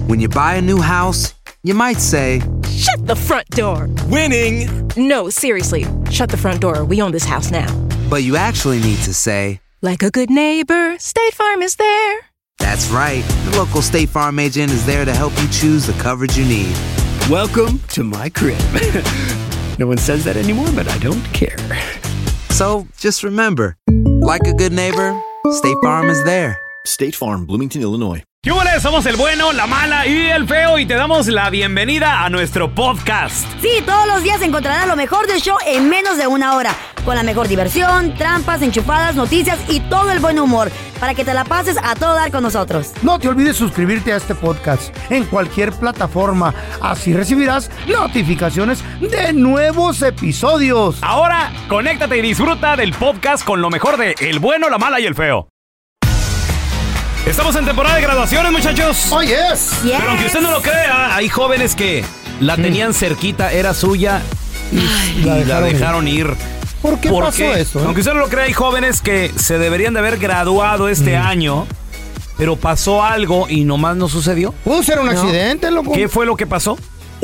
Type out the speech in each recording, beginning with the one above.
When you buy a new house, you might say, Shut the front door. Winning. No, seriously. Shut the front door. We own this house now. but you actually need to say, Like a good neighbor, State Farm is there. that's right. The local State Farm agent is there to help you choose the coverage you need. Welcome to my crib. No one says that anymore, but I don't care. So just remember, like a good neighbor, State Farm is there. State Farm, Bloomington, Illinois. ¿Qué huele? Somos el bueno, la mala y el feo y te damos la bienvenida a nuestro podcast. Sí, todos los días encontrarás lo mejor del show en menos de una hora. Con la mejor diversión, trampas, enchufadas, noticias y todo el buen humor. Para que te la pases a todo dar con nosotros. No te olvides suscribirte a este podcast en cualquier plataforma. Así recibirás notificaciones de nuevos episodios. Ahora, conéctate y disfruta del podcast con lo mejor de El bueno, la mala y el feo. Estamos en temporada de graduaciones, muchachos. ¡Oh, yes! Yes. Pero aunque usted no lo crea, hay jóvenes que la tenían cerquita, era suya y la dejaron ir. ¿Por qué pasó eso? Aunque usted no lo crea, hay jóvenes que se deberían de haber graduado este año, pero pasó algo y nomás no sucedió. Pudo ser un accidente, loco. ¿Qué fue lo que pasó?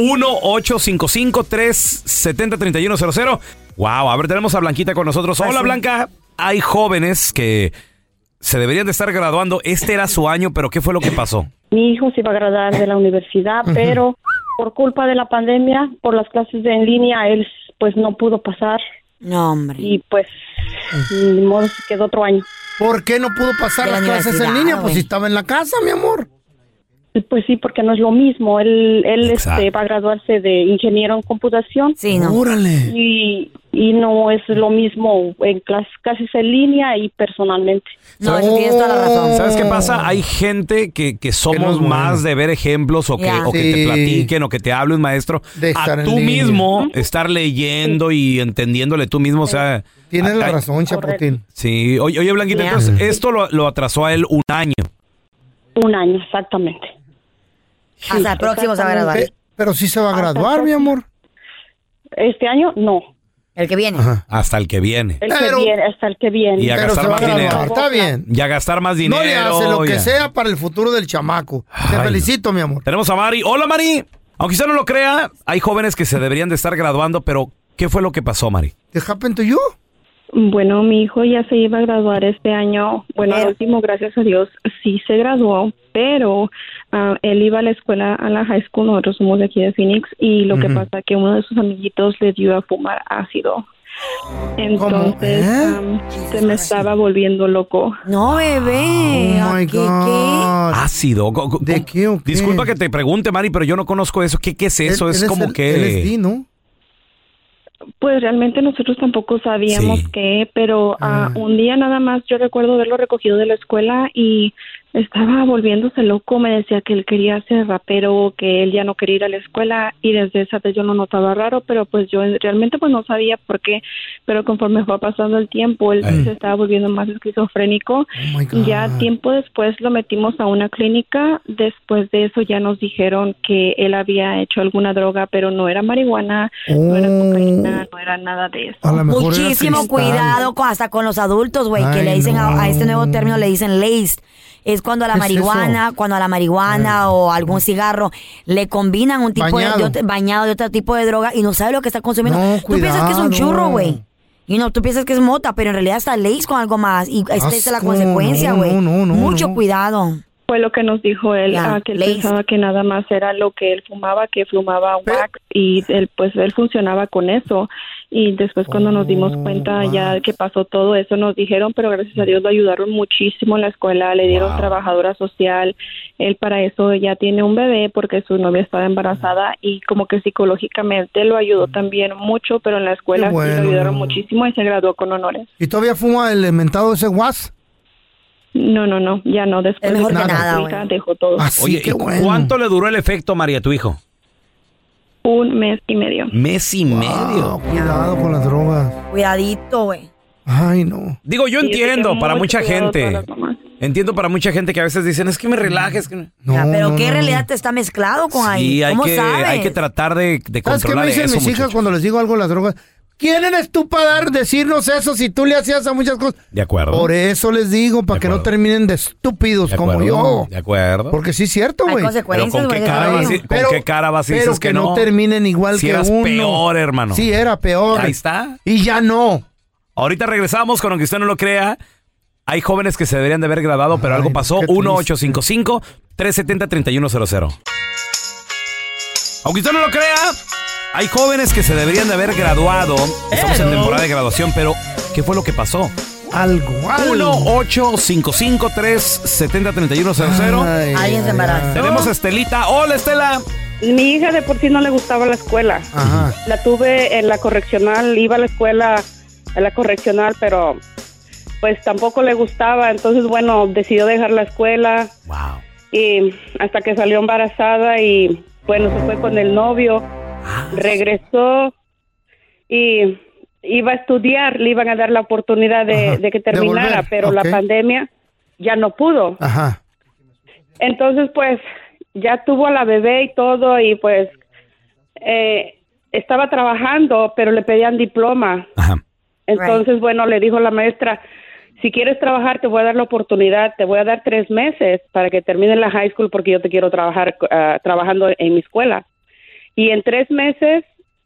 1-855-370-3100. Wow, a ver, tenemos a Blanquita con nosotros. Hola, Blanca. Hay jóvenes que se deberían de estar graduando. Este era su año, pero ¿qué fue lo que pasó? Mi hijo se iba a graduar de la universidad, pero por culpa de la pandemia, por las clases en línea, él pues no pudo pasar. No, hombre. Y pues, ni modo, se quedó otro año. ¿Por qué no pudo pasar De la las clases en universidad, línea? Pues güey. si estaba en la casa, mi amor. Pues sí, porque no es lo mismo. Él Exacto. va a graduarse de ingeniero en computación. Sí, no. Órale. Y no es lo mismo en clases en línea y personalmente. No, eso tienes toda la razón. ¿Sabes qué pasa? Hay gente que somos no es bueno. más de ver ejemplos o que, Ya. o que Sí. te platiquen o que te hable un maestro. De estar A en tú línea. mismo estar leyendo y entendiéndole tú mismo. O sea, Tienes la ay, razón, Chapotín. Sí. Oye, Blanquita, Ya. entonces esto lo atrasó a él un año. Un año, exactamente. Hasta el próximo se va a graduar. Pero sí se va a graduar, mi amor. Este año, no. El que viene. Hasta el que viene. Hasta el que viene. Y a Pero gastar se va a más graduar. dinero. Está bien. Y a gastar más dinero. No le hace lo que ya. sea para el futuro del chamaco. Te Ay, felicito, mi amor. Tenemos a Mari. Hola, Mari. Aunque usted no lo crea, hay jóvenes que se deberían de estar graduando, pero ¿qué fue lo que pasó, Mari? ¿Te happened to you? Bueno, mi hijo ya se iba a graduar este año. Bueno, al último, gracias a Dios, sí se graduó, pero él iba a la escuela, a la high school. Nosotros somos de aquí de Phoenix, y lo que pasa es que uno de sus amiguitos le dio a fumar ácido. Entonces, se me estaba volviendo loco. No, bebé. Oh, my ¿Qué? God. Ácido. ¿De qué o qué? Disculpa que te pregunte, Mari, pero yo no conozco eso. ¿Qué es eso? Él es como el que... LSD, ¿no? Pues realmente nosotros tampoco sabíamos Sí. qué, pero un día nada más yo recuerdo haberlo recogido de la escuela y estaba volviéndose loco. Me decía que él quería ser rapero, que él ya no quería ir a la escuela, y desde esa vez yo lo notaba raro, pero pues yo realmente pues no sabía por qué. Pero conforme fue pasando el tiempo, él se estaba volviendo más esquizofrénico. Oh my God. Ya tiempo después lo metimos a una clínica. Después de eso ya nos dijeron que él había hecho alguna droga, pero no era marihuana, no era cocaína, no era nada de eso. A lo mejor era Muchísimo cristal. cuidado hasta con los adultos, güey, que Ay, le dicen no. a este nuevo término le dicen laced. Es cuando a la ¿Qué es marihuana, eso? cuando a la marihuana o algún cigarro le combinan un tipo Bañado. de otro tipo de droga y no sabe lo que está consumiendo. No, Tú piensas que es un cuidado. churro, güey. Tú piensas que es mota, pero en realidad está laced con algo más y esta es la Asco. consecuencia, No, güey. no, Mucho no. Fue cuidado. lo que nos dijo él, Ya, que él laced. pensaba que nada más era lo que él fumaba, que fumaba wax, y él funcionaba con eso. Y después cuando nos dimos cuenta ya que pasó todo eso, nos dijeron, pero gracias a Dios lo ayudaron muchísimo en la escuela, le dieron trabajadora social. Él para eso ya tiene un bebé porque su novia estaba embarazada, y como que psicológicamente lo ayudó también mucho, pero en la escuela Qué bueno, sí lo ayudaron mi amor. muchísimo y se graduó con honores. ¿Y todavía fuma el mentado ese guas? No, ya no, después Es mejor de que que nada, su hija güey. dejó todo. Así Oye, que ¿y bueno. cuánto le duró el efecto, María, a tu hijo? Un mes y medio. Mes y medio. Cuidado con las drogas. Cuidadito, güey. Ay, no. Digo, yo Sí, hay que entiendo tener para mucho mucha cuidado gente. todas las mamás. Entiendo para mucha gente que a veces dicen, es que me relajes. Que... No, Ya, pero no, ¿qué no, realidad no. te está mezclado con ahí? Sí, ¿Cómo sabes? hay que tratar de ¿Sabes qué me controlar dicen eso, mis hijas muchacho. cuando les digo algo de las drogas? ¿Quién eres tú para decirnos eso si tú le hacías a muchas cosas? De acuerdo. Por eso les digo, para que no terminen de estúpidos como yo. De acuerdo. Porque sí es cierto, güey. Hay consecuencias, Pero ¿con qué cara vas y dices que no? Pero que no terminen igual si que eras uno. peor, hermano. Sí, era peor. Ahí está. Y ya no. Ahorita regresamos con aunque usted no lo crea. Hay jóvenes que se deberían de haber graduado, pero algo pasó. 1-855-370-3100. Aunque usted no lo crea, hay jóvenes que se deberían de haber graduado. Estamos en temporada de graduación, pero ¿qué fue lo que pasó? Algo. 1-855-370-3100. Alguien se embarazó. Tenemos a Estelita. Hola, Estela. Mi hija de por sí no le gustaba la escuela. Ajá. La tuve en la correccional, iba a la escuela en la correccional, pero pues tampoco le gustaba. Entonces, bueno, decidió dejar la escuela. Wow. Y hasta que salió embarazada y bueno, se fue con el novio. Regresó y iba a estudiar, le iban a dar la oportunidad de que terminara, volver. pero la pandemia ya no pudo. Ajá. Entonces, pues, ya tuvo a la bebé y todo, y pues, estaba trabajando, pero le pedían diploma. Ajá. Entonces, bueno, le dijo la maestra, si quieres trabajar, te voy a dar la oportunidad, te voy a dar 3 meses para que termine la high school, porque yo te quiero trabajar trabajando en mi escuela. Y en 3 meses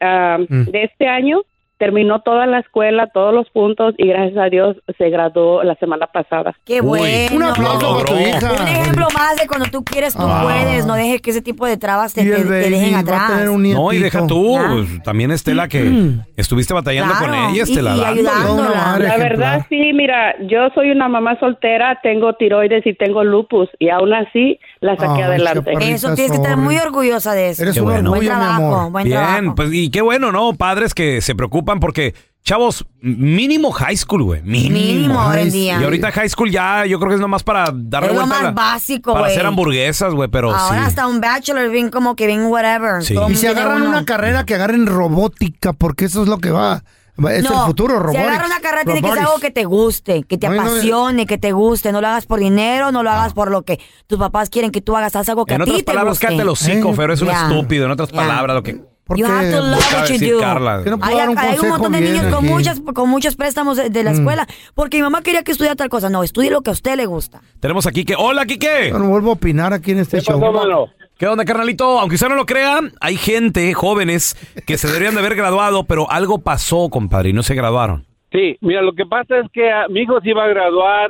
de este año, terminó toda la escuela, todos los puntos, y gracias a Dios se graduó la semana pasada. ¡Qué bueno! Un aplauso para tu hija. Un ejemplo más de cuando tú quieres, tú puedes. No dejes que ese tipo de trabas te dejen atrás. No, y deja tú. Pues, también, Estela, que estuviste batallando con ella, Estela. Y ayudándola. La verdad, sí, mira, yo soy una mamá soltera, tengo tiroides y tengo lupus, y aún así la saqué adelante. Eso, tienes que estar muy orgullosa de eso. Eres un Buen orgullo, mi trabajo, amor. buen Bien, trabajo. pues, y qué bueno, ¿no? Padres que se preocupan porque, chavos, mínimo high school, güey. Mínimo ahora en día. Y ahorita high school ya, yo creo que es nomás para darle Es lo vuelta más básico, para güey. hacer hamburguesas, güey, pero Ahora sí. hasta un bachelor, bien como que bien whatever. Sí. Todo Y si tiene agarran uno. una carrera, que agarren robótica, porque eso es lo que va. Es el futuro, Si robotics. agarra una carrera, tiene que ser Robotics. algo que te guste, que te Ay, no, apasione, que te guste. No lo hagas por dinero, no lo hagas por lo que tus papás quieren que tú hagas. Haz algo que En a ti otras te palabras, guste. cállate los hocico, Fer, es un Ya. estúpido. En otras Ya. palabras, lo que ¿Por You qué? have to love acaba what de you decir do. Carla. Que no puedo Hay dar un un consejo montón de bien niños aquí. con muchos préstamos de la escuela porque mi mamá quería que estudiara tal cosa. No, estudie lo que a usted le gusta. Tenemos aquí que... ¡Hola, Quique! Yo no vuelvo a opinar aquí en este show. ¿Qué onda, carnalito? Aunque usted no lo crea, hay gente, jóvenes, que se deberían de haber graduado, pero algo pasó, compadre, y no se graduaron. Sí, mira, lo que pasa es que mi hijo se iba a graduar,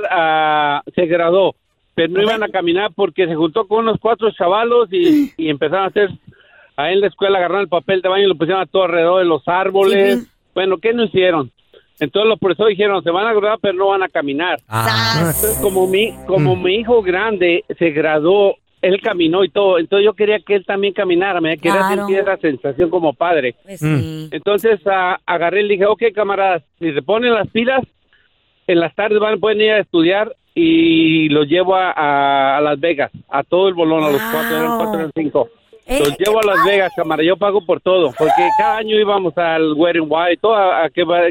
se graduó, pero no iban a caminar porque se juntó con unos 4 chavalos y empezaron a hacer, ahí en la escuela agarraron el papel de baño y lo pusieron a todo alrededor de los árboles. Sí. Bueno, ¿qué no hicieron? Entonces los profesores dijeron, se van a graduar pero no van a caminar. Entonces, como mi hijo grande se graduó, él caminó y todo, entonces yo quería que él también caminara, me quería Claro. sentir esa sensación como padre. Pues sí. Entonces agarré y le dije, ok, camaradas, si se ponen las pilas, en las tardes pueden ir a estudiar y los llevo a Las Vegas, a todo el bolón, a los 4, eran 4, eran 5. Los llevo a Las Vegas, camarada, yo pago por todo, porque cada año íbamos al Wet n Wild y todo, a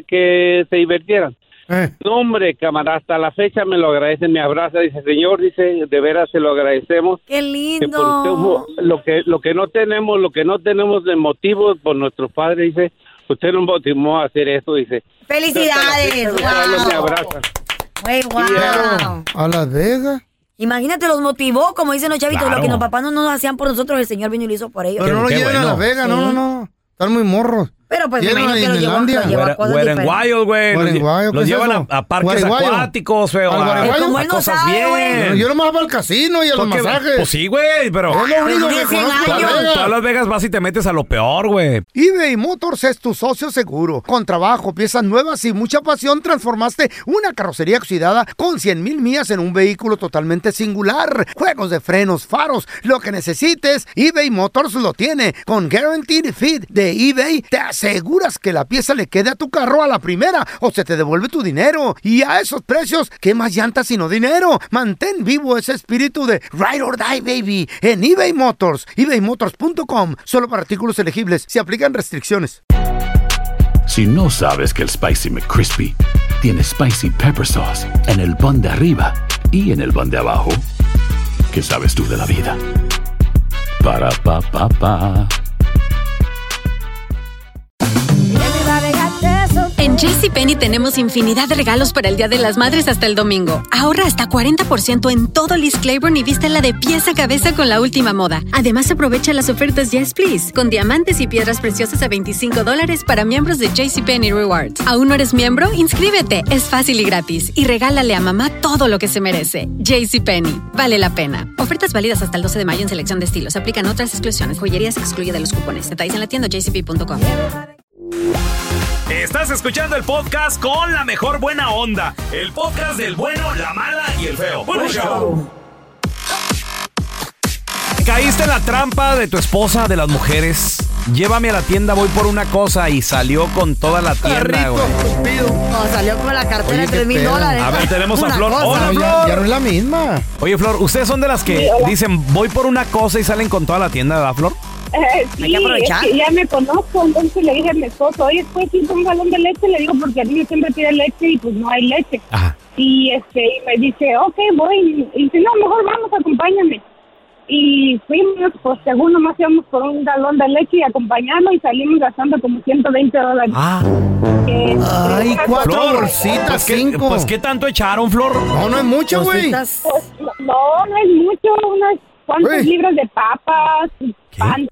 que se divirtieran. No, hombre, camarada, hasta la fecha me lo agradecen, me abraza, dice, señor, dice, de veras se lo agradecemos. Qué Que lindo. por usted, lo que no tenemos de motivos por nuestro padre, dice, usted nos motivó a hacer esto, dice. Felicidades. Hasta la fecha, los me Wow. abrazan. Güey, wow. ¿A Las Vegas? Imagínate, los motivó, como dicen los chavitos, Claro. lo que los papás no nos hacían por nosotros, el Señor vino y lo hizo por ellos. Pero no lo qué lleven a bueno. Las Vegas, Sí. no. Están muy morros. Pero pues me Llegan imagino a que lo llevó Disneylandia. a cosas Wet n diferentes. Wild, güey. Wet n Wild, ¿qué Los es llevan eso? a parques Guariguayo. acuáticos, feo. Al Guariguayo. Como A él no cosas sabe, bien. güey. Yo nomás voy al casino y a los Porque- masajes. Pues sí, güey, pero... Es lo único que Tiene 100 conozco Las años. Vegas. Tú a Las Vegas vas y te metes a lo peor, güey. eBay Motors es tu socio seguro. Con trabajo, piezas nuevas y mucha pasión, transformaste una carrocería oxidada con 100,000 millas en un vehículo totalmente singular. Juegos de frenos, faros, lo que necesites, eBay Motors lo tiene. Con Guaranteed Fit de eBay, te aseguras que la pieza le quede a tu carro a la primera o se te devuelve tu dinero. Y a esos precios, ¿qué más llantas sino dinero? Mantén vivo ese espíritu de Ride or Die, baby, en eBay Motors. ebaymotors.com. Solo para artículos elegibles. Se aplican restricciones. Si no sabes que el Spicy McCrispy tiene Spicy Pepper Sauce en el pan de arriba y en el pan de abajo, ¿qué sabes tú de la vida? Para, pa, pa, pa. Everybody got this En JCPenney tenemos infinidad de regalos para el Día de las Madres hasta el domingo. Ahorra hasta 40% en todo Liz Claiborne y vístela de pies a cabeza con la última moda. Además, aprovecha las ofertas Yes Please, con diamantes y piedras preciosas a $25 para miembros de JCPenney Rewards. ¿Aún no eres miembro? Inscríbete. Es fácil y gratis. Y regálale a mamá todo lo que se merece. JCPenney. Vale la pena. Ofertas válidas hasta el 12 de mayo en selección de estilos. Aplican otras exclusiones. Joyería se excluye de los cupones. Detalles en la tienda jcp.com. Estás escuchando el podcast con la mejor buena onda. El podcast del bueno, la mala y el feo. ¡Buen show! Caíste en la trampa de tu esposa, de las mujeres. Llévame a la tienda, voy por una cosa. Y salió con toda la tienda, güey. No, salió con la cartera de $3,000. A ver, tenemos a Una Flor. cosa. Hola, Flor. Ya no es la misma. Oye, Flor, ¿ustedes son de las que dicen voy por una cosa y salen con toda la tienda, verdad, Flor? Sí, Hay que aprovechar. es que ya me conozco, entonces le dije a mi esposo, oye, ¿puedes ir con un galón de leche? Le digo, porque a mí siempre pide leche y pues no hay leche. Ajá. Y me dice, ok, voy. Y dice, no, mejor vamos, acompáñame. Y fuimos, pues según nomás íbamos por un galón de leche y acompañarlo y salimos gastando como $120. Ay, 4 Flor, bolsitas, pues, 5. Pues, ¿qué tanto echaron, Flor? No es mucho, güey. Cositas. Pues, no es mucho, unas cuantas Güey. libras de papas, pan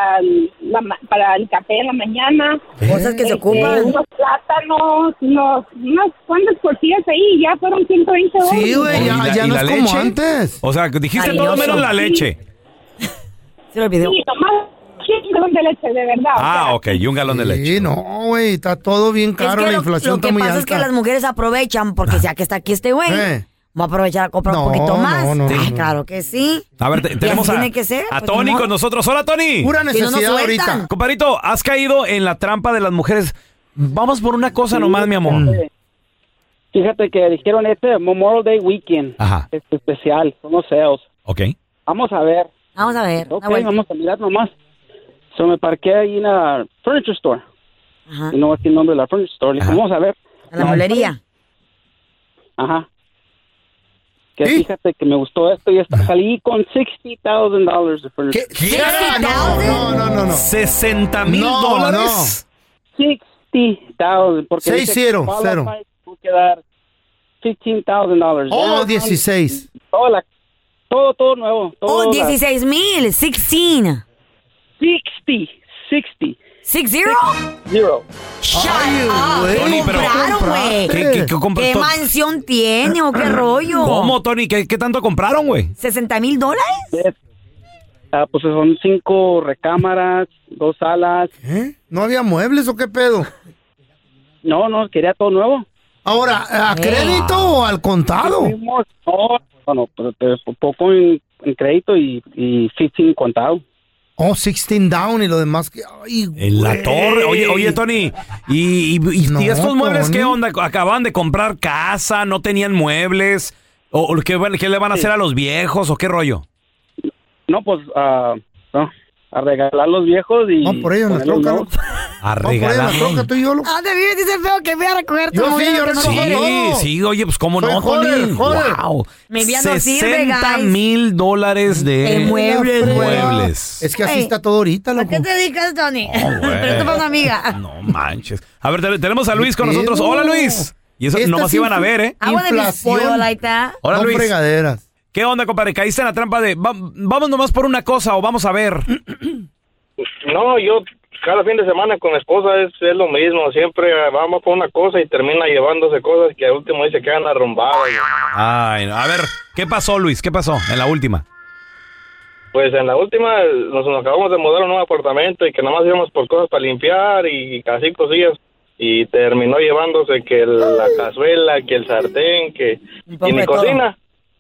para el café en la mañana. Cosas que se ocupan. Unos plátanos, unas cuantas tortillas ahí, ya fueron $120. Sí, güey, ¿Y la- ya y no la es como leche? antes. O sea, dijiste todo Valioso. menos la leche. Se lo olvidó. Sí, nomás un galón de leche, de verdad. Ah, ok, y un galón de leche. Sí, no, güey, está todo bien caro, Es que la inflación lo que está muy pasa alta. es que las mujeres aprovechan porque ya que está aquí este güey, va a aprovechar a comprar No, un poquito más. no, Ay, no. claro que sí. A ver, Y tenemos así a, tiene que ser, a pues, Tony ni modo. con nosotros. Hola, Tony. Pura Si no, no necesidad sueltan. ahorita. Comparito, has caído en la trampa de las mujeres. Vamos por una cosa nomás, mi amor. Fíjate que dijeron Memorial Day Weekend. Ajá. Es especial, son los sales. Ok. Vamos a ver. Vamos a ver. Ok, una vuelta. vamos a mirar nomás. So me parqué ahí en la furniture store. Ajá. Y no voy a decir el nombre de la furniture store. Le dije, Ajá. vamos a ver. A la mueblería. Ajá. Que fíjate que me gustó esto y salí con $60,000 de furniture. ¿Qué? No. $60,000. 60,000 porque 6-0. Tuvo que dar $15,000. Oh, Ya, 16. todo nuevo. Oh, Todo 16,000. 16. 60. 60? Zero. Ay, güey. Tony, pero- compraron, güey. ¿Qué compró? ¿Qué mansión tiene o qué rollo? ¿Cómo, Tony? ¿Qué tanto compraron, güey? $60,000. Pues son 5 recámaras, 2 salas. ¿No había muebles o qué pedo? No, quería todo nuevo. Ahora, ¿a crédito o al contado? No, pues poco en crédito y 15 contado. Oh, 16 down y lo demás que... Ay, En la güey. torre. Oye, Tony, ¿y No, estos muebles Tony. qué onda? ¿Acaban de comprar casa? ¿No tenían muebles? ¿O qué le van a hacer a los viejos? ¿O qué rollo? No, pues a regalar los viejos y... Vamos por ellos en la ponerlos troca, nuevos. A Vamos por ahí en la regalar. troca, tú y yo. ¿A dónde vives? Dice el feo que voy a recoger tu Yo sí, mujer, yo que no recojo quiere. todo. Sí, oye, pues cómo Soy no, Tony. joder. Wow. Mi vida no sirve, guys. $60,000 de De muebles, güey. muebles. Es que así Ey. está todo ahorita, ¿A loco. qué te dedicas, Tony? güey. Pregunta para una amiga. No manches. A ver, tenemos a Luis con ¿Qué nosotros. pedo? Hola, Luis. Y eso Esta nomás sí iban a fue- ver, ¿eh? I wanna be Inflación. spoiled like that. Hola, No Luis. fregaderas. ¿Qué onda, compadre? ¿Caíste en la trampa de vamos nomás por una cosa o vamos a ver? No, yo cada fin de semana con mi esposa es lo mismo. Siempre vamos por una cosa y termina llevándose cosas que al último dice que quedan arrumbadas. Ay, no. A ver, ¿qué pasó, Luis? ¿Qué pasó en la última? Pues en la última nos acabamos de mudar a un nuevo apartamento y que nada más íbamos por cosas para limpiar y así cosillas. Y terminó llevándose que la cazuela, que el sartén, que poco y mi de todo. cocina.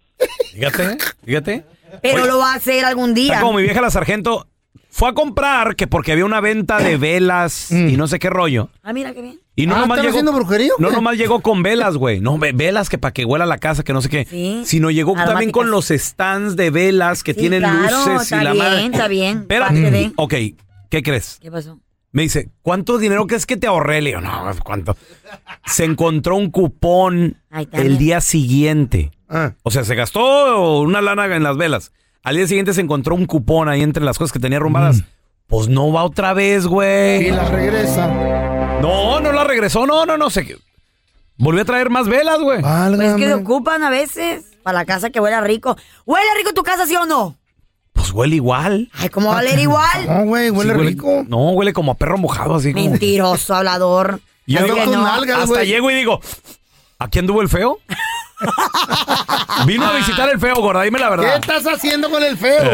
Fíjate. Pero lo va a hacer algún día. Está como mi vieja la sargento fue a comprar que porque había una venta de velas y no sé qué rollo. Ah, mira qué bien. Y no nomás ¿están llegó, haciendo brujería o no qué? nomás llegó con velas, güey. No, velas que para que huela la casa, que no sé qué. Sí. Sino llegó también Aromáticas. con los stands de velas que Sí, tienen claro, luces está y la bien, madre. está bien. Espérate. Parte de- Ok, ¿qué crees? ¿Qué pasó? Me dice, ¿cuánto dinero crees que te ahorré? Le digo, no, ¿cuánto? Se encontró un cupón Ahí está, el bien. día siguiente. Ah. O sea, se gastó una lana en las velas. Al día siguiente se encontró un cupón ahí entre las cosas que tenía arrumbadas. Pues no va otra vez, güey. Y la regresa. No la regresó, no sé. Volvió a traer más velas, güey. Pues es que se ocupan a veces para la casa que huela rico. ¿Huele rico tu casa, sí o no? Pues huele igual. Ay, ¿cómo va a oler igual? No, güey, huele rico. No, huele como a perro mojado, así como. Mentiroso, hablador. Y yo Así que no. hasta llego y digo, ¿aquí anduvo el feo? Vino a visitar el feo, gorda, dime la verdad. ¿Qué estás haciendo con el feo?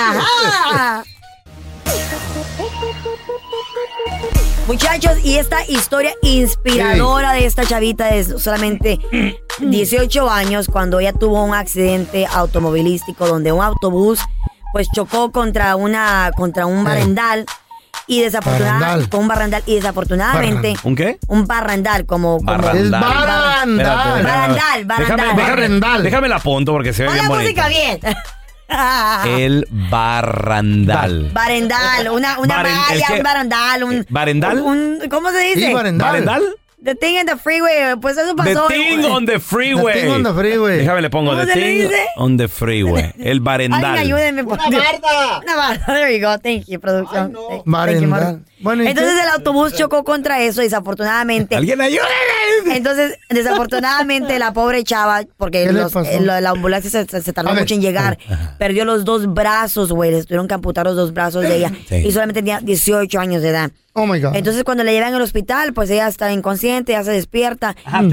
Muchachos, y esta historia inspiradora de esta chavita de solamente 18 años, cuando ella tuvo un accidente automovilístico donde un autobús pues chocó contra un barandal y desafortunadamente ¿Un qué? un barandal como Es barandal. Déjame la punto porque se ve pon bien la bonito. música bien. El barandal. Barandal, una malla, un barandal, ¿Barandal? ¿cómo se dice? Sí, ¿Barandal? The thing in the freeway, pues eso pasó. The thing on the freeway. The thing on the freeway. Déjame le pongo ¿Cómo the se le thing dice? on the freeway. El barandal. Alguien ayúdenme. Una barda. Una barda. There we go. Thank you, producción. Thank you, Barandal. Mark. Bueno, ¿y entonces qué? el autobús chocó contra eso, desafortunadamente. Alguien ayúdenme. Entonces, desafortunadamente, la pobre chava, porque ¿Qué le pasó? la ambulancia se tardó A ver. mucho en llegar, perdió los 2 brazos, güey. Les tuvieron que amputar los 2 brazos de ella. Sí. Y solamente tenía 18 años de edad. Oh my God. Entonces, cuando le llevan al hospital, pues ella está inconsciente, ya se despierta.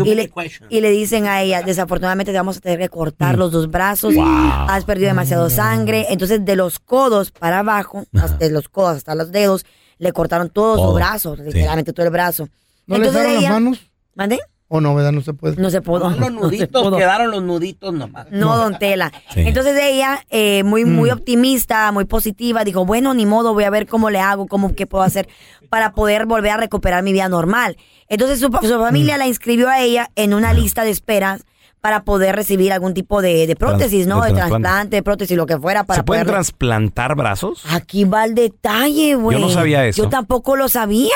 Y le dicen a ella, desafortunadamente te vamos a tener que cortar los 2 brazos. Has perdido demasiado sangre. Entonces, de los codos para abajo, de los codos hasta los dedos, le cortaron todos sus brazos, literalmente todo el brazo. ¿No le dejaron las manos? ¿Mande? ¿O no, verdad? No se puede. No se pudo. Los nuditos, quedaron los nuditos nomás. No, don Tela. Sí. Entonces ella, muy optimista, muy positiva, dijo, bueno, ni modo, voy a ver cómo le hago, qué puedo hacer para poder volver a recuperar mi vida normal. Entonces su familia la inscribió a ella en una lista de esperas para poder recibir algún tipo de prótesis, ¿no? De trasplante, de prótesis, lo que fuera. Para ¿Se pueden poder... trasplantar brazos? Aquí va el detalle, güey. Yo no sabía eso. Yo tampoco lo sabía.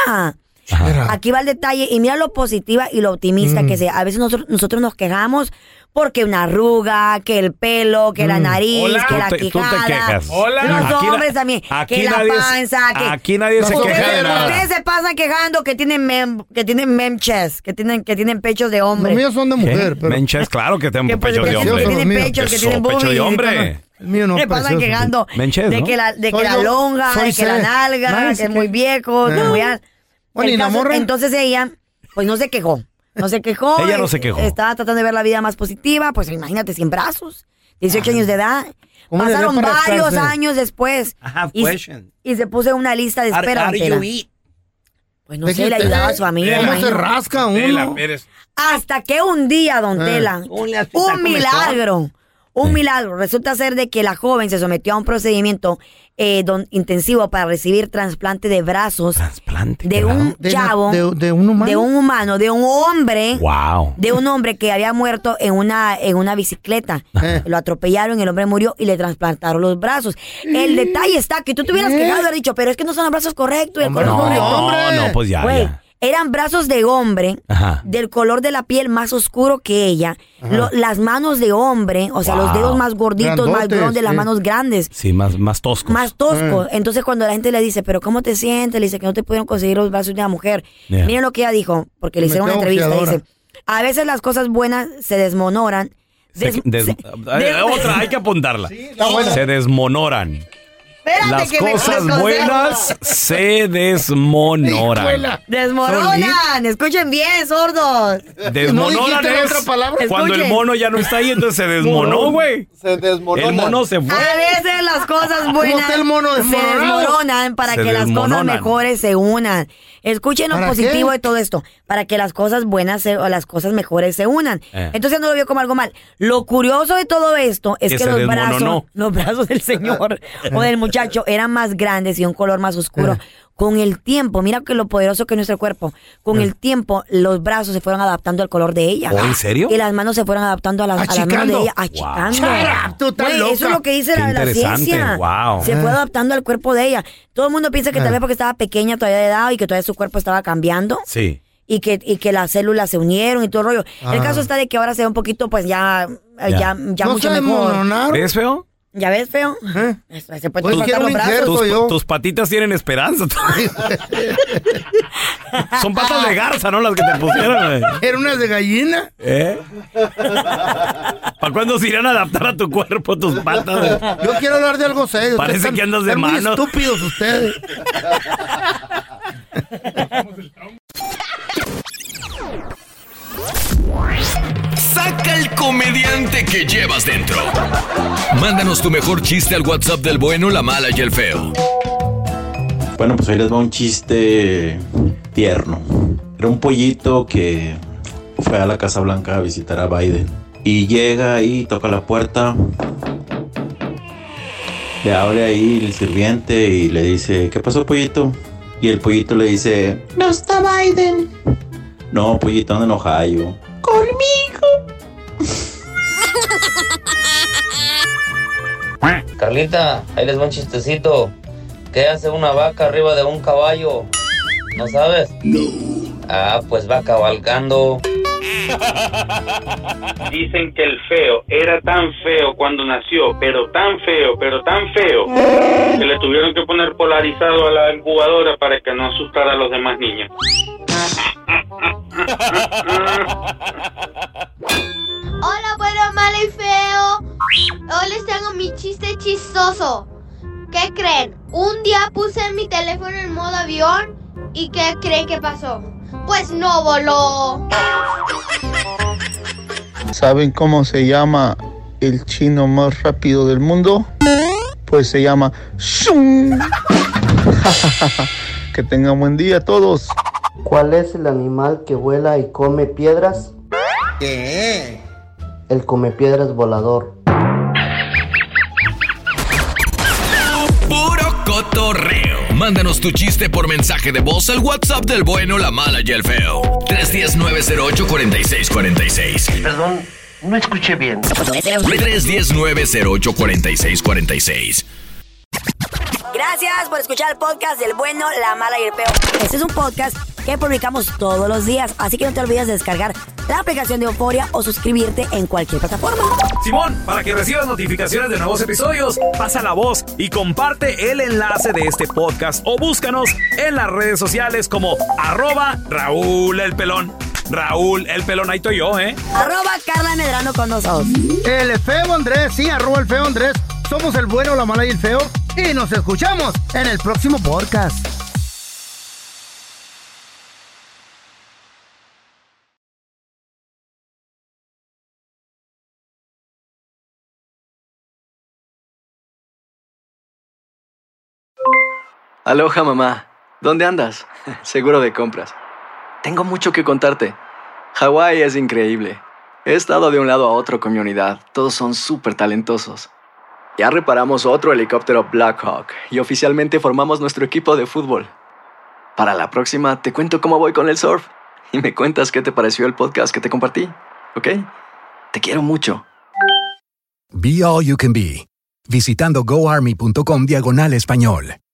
Ajá. Aquí va el detalle y mira lo positiva y lo optimista que sea. A veces nosotros nos quejamos porque una arruga, que el pelo, que la nariz, Hola. que la Tú te quijada. quejas. Hola. Los Aquí hombres también. aquí Que la nadie panza. aquí nadie se queja de nada. Ustedes se pasan quejando que tienen mem chest, que tienen pechos de hombre. Los míos son de mujer, pero... Menches, claro que tengo Que, pues, pechos de que hombre. tienen pechos, que Eso, tienen pecho de boobies, hombre. El mío no se es pasan precioso. quejando Menches, de ¿no? que la Soy lonja, soy de que la C. nalga, Nice, que es muy ¿qué? viejo, que muy alto. Bueno, ¿y El la caso- morra? Entonces ella, pues no se quejó. Ella no se quejó. Estaba tratando de ver la vida más positiva. Pues imagínate, sin brazos, 18 años de edad. ¿Cómo le Pasaron dio para varios estarse? años después. I have Y, question. y se puso en una lista de espera. How do Tela. you eat? Pues no sé, le ayudaba a su amiga. ¿Cómo imagino. se rasca uno? Hasta que un día, don Tela, Un hospital un milagro. Un milagro. Resulta ser de que la joven se sometió a un procedimiento intensivo para recibir trasplante de brazos Trasplante. de un chavo, ¿De un humano? de un humano, de un hombre, Wow. de un hombre que había muerto en una bicicleta. Lo atropellaron, el hombre murió y le trasplantaron los brazos. El detalle está que tú te hubieras quejado y hubieras dicho, pero es que no son los brazos correctos. El color No, correcto. no, pues ya, Güey, ya. eran brazos de hombre, Ajá. del color de la piel más oscuro que ella, las manos de hombre, o sea, los Wow. dedos más gorditos, más Grandotes, grandes, las sí. manos grandes. Sí, más toscos. Más toscos. Entonces, cuando la gente le dice, ¿pero cómo te sientes? Le dice que no te pudieron conseguir los brazos de una mujer. Yeah. Miren lo que ella dijo, porque le Me hicieron una quedo entrevista. boxeadora. Dice, a veces las cosas buenas se desmonoran. Otra, hay que apuntarla. Está buena. Se desmonoran. Espérate Las que me cosas desconcerto. buenas se desmonoran. Hijuela. Desmoronan. Escuchen bien, sordos. Desmonoran dijiste la es otra palabra? cuando el Escuchen. mono ya no está ahí, entonces se desmonó, güey. Se desmorona. El mono se fue. A veces las cosas buenas está el mono se desmoronado? desmoronan para Se que las desmoronan. cosas mejores se unan. Escuchen lo ¿Para positivo qué? de todo esto, para que las cosas buenas o las cosas mejores se unan. Entonces no lo vio como algo mal. Lo curioso de todo esto es Que que se los brazos del señor o del muchacho eran más grandes y un color más oscuro. Con el tiempo, mira que lo poderoso que es nuestro cuerpo. Con el tiempo, los brazos se fueron adaptando al color de ella. ¿Oh, en serio? Y las manos se fueron adaptando a las manos de Achicando. ella, achicando. Shut up, tú estás Güey, loca. eso es lo que dice Qué la interesante, ciencia. wow. Se fue adaptando al cuerpo de ella. Todo el mundo piensa que tal vez porque estaba pequeña todavía de edad y que todavía su cuerpo estaba cambiando. Sí. Y que las células se unieron y todo el rollo. El caso está de que ahora se ve un poquito, pues ya ¿No mucho se mejor. desmoronaron? ¿Ves, feo? ¿Ya ves, feo? Se puede cortar los brazos. Tus patitas tienen esperanza. Son patas de garza, ¿no? Las que te pusieron. ¿Eran unas de gallina? ¿Para cuándo se irán a adaptar a tu cuerpo tus patas? Yo quiero hablar de algo serio. Parece que andas de están mano. muy estúpidos ustedes. Saca el comediante que llevas dentro. Mándanos tu mejor chiste al WhatsApp del bueno, la mala y el feo. Bueno, pues hoy les va un chiste tierno. Era un pollito que fue a la Casa Blanca a visitar a Biden. Y llega y toca la puerta. Le abre ahí el sirviente y le dice, ¿qué pasó, pollito? Y el pollito le dice, No está Biden. no, pollito, anda en Ohio. Conmigo. Carlita, ahí les va un chistecito. ¿Qué hace una vaca arriba de un caballo? ¿No sabes? No. Ah, pues va cabalgando. Dicen que el feo era tan feo cuando nació, pero tan feo, que le tuvieron que poner polarizado a la incubadora para que no asustara a los demás niños. Hola, bueno, malo y feo. Hoy les tengo mi chiste chistoso. ¿Qué creen? Un día puse mi teléfono en modo avión y ¿qué creen que pasó? Pues no voló. ¿Saben cómo se llama el chino más rápido del mundo? Pues se llama Shun. Que tengan buen día todos. ¿Cuál es el animal que vuela y come piedras? ¿Qué? El comepiedras volador. Puro cotorreo. Mándanos tu chiste por mensaje de voz al WhatsApp del bueno, la mala y el feo. 310-908-4646. Perdón, no escuché bien. 310-908-4646. Gracias por escuchar el podcast del bueno, la mala y el feo. Este es un podcast que publicamos todos los días, así que no te olvides de descargar la aplicación de Euforia o suscribirte en cualquier plataforma. Simón, para que recibas notificaciones de nuevos episodios, pasa la voz y comparte el enlace de este podcast o búscanos en las redes sociales como @Raúl el Pelón. Raúl el Pelón, ahí estoy yo, @Carla Medrano con nosotros. El feo Andrés, sí, @el feo Andrés. Somos el bueno, la mala y el feo. Y nos escuchamos en el próximo podcast. Aloha, mamá. ¿Dónde andas? Seguro de compras. Tengo mucho que contarte. Hawái es increíble. He estado de un lado a otro con mi unidad. Todos son súper talentosos. Ya reparamos otro helicóptero Blackhawk y oficialmente formamos nuestro equipo de fútbol. Para la próxima te cuento cómo voy con el surf y me cuentas qué te pareció el podcast que te compartí, ¿ok? Te quiero mucho. Be All You Can Be. Visitando goarmy.com/español.